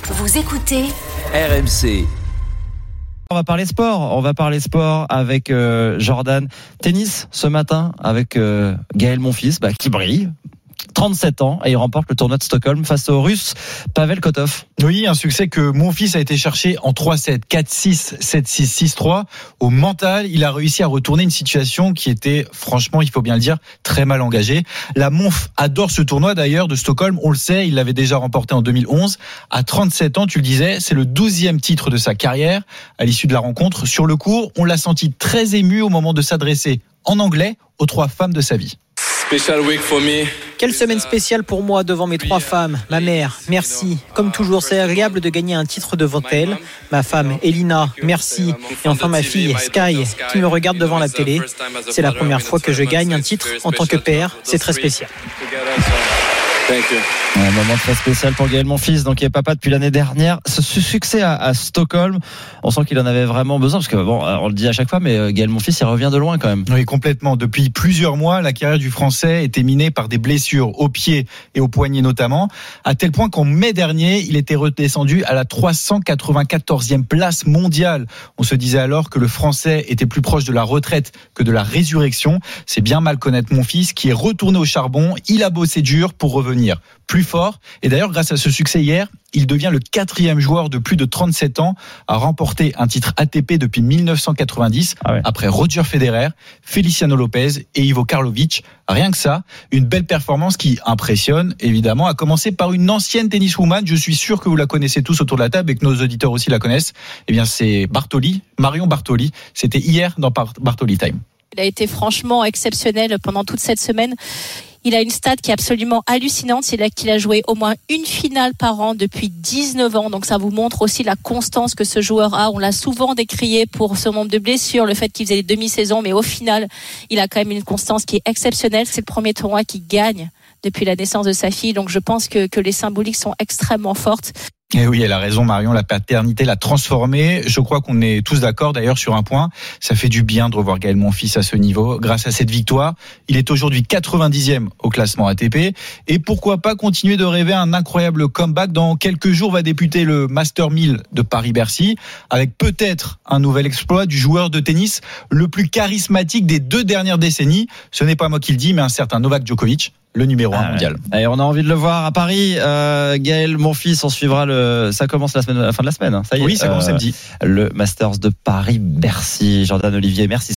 Vous écoutez RMC. On va parler sport avec Jordan. Tennis ce matin avec Gaël Monfils qui brille. 37 ans et il remporte le tournoi de Stockholm face au Russe Pavel Kotov. Oui, un succès que Monfils a été chercher en 3-7, 4-6, 7-6, 6-3. Au mental, il a réussi à retourner une situation qui était, franchement, il faut bien le dire, très mal engagée. La Monf adore ce tournoi d'ailleurs de Stockholm, on le sait, il l'avait déjà remporté en 2011. À 37 ans, tu le disais, c'est le 12e titre de sa carrière. À l'issue de la rencontre, sur le court, on l'a senti très ému au moment de s'adresser en anglais aux 3 femmes de sa vie. Quelle semaine spéciale pour moi devant mes 3 femmes. Ma mère, merci. Comme toujours, c'est agréable de gagner un titre devant elle. Ma femme, Elina, merci. Et enfin ma fille, Sky, qui me regarde devant la télé. C'est la première fois que je gagne un titre en tant que père. C'est très spécial. Un moment très spécial pour Gaël Monfils, donc il est papa depuis l'année dernière. Ce succès à Stockholm, on sent qu'il en avait vraiment besoin, parce que on le dit à chaque fois, mais Gaël Monfils, il revient de loin quand même. Oui, complètement. Depuis plusieurs mois, la carrière du Français était minée par des blessures aux pieds et aux poignets notamment, à tel point qu'en mai dernier, il était redescendu à la 394e place mondiale. On se disait alors que le Français était plus proche de la retraite que de la résurrection. C'est bien mal connaître Monfils, qui est retourné au charbon. Il a bossé dur pour revenir plus fort. Et d'ailleurs, grâce à ce succès hier, il devient le 4e joueur de plus de 37 ans à remporter un titre ATP depuis 1990, après Roger Federer, Feliciano Lopez et Ivo Karlovic. Rien que ça, une belle performance qui impressionne, évidemment, à commencer par une ancienne tenniswoman. Je suis sûr que vous la connaissez tous autour de la table et que nos auditeurs aussi la connaissent. Eh bien, c'est Marion Bartoli. C'était hier dans Bartoli Time. Il a été franchement exceptionnel pendant toute cette semaine. Il a une stat qui est absolument hallucinante, c'est qu'il a joué au moins une finale par an depuis 19 ans. Donc ça vous montre aussi la constance que ce joueur a. On l'a souvent décrié pour ce nombre de blessures, le fait qu'il faisait des demi-saisons, mais au final, il a quand même une constance qui est exceptionnelle. C'est le premier tournoi qu'il gagne depuis la naissance de sa fille. Donc je pense que les symboliques sont extrêmement fortes. Et oui, elle a raison, Marion, la paternité l'a transformé. Je crois qu'on est tous d'accord d'ailleurs sur un point. Ça fait du bien de revoir Gaël Monfils à ce niveau. Grâce à cette victoire, il est aujourd'hui 90e au classement ATP. Et pourquoi pas continuer de rêver un incroyable comeback. Dans quelques jours va débuter le Master 1000 de Paris-Bercy, avec peut-être un nouvel exploit du joueur de tennis le plus charismatique des 2 dernières décennies. Ce n'est pas moi qui le dis, mais un certain Novak Djokovic, le numéro 1 mondial. Et on a envie de le voir à Paris. Gaël Monfils, on suivra ça commence la fin de la semaine. Ça y est. Oui, ça commence samedi. Le Masters de Paris-Bercy. Jordan Olivier, merci.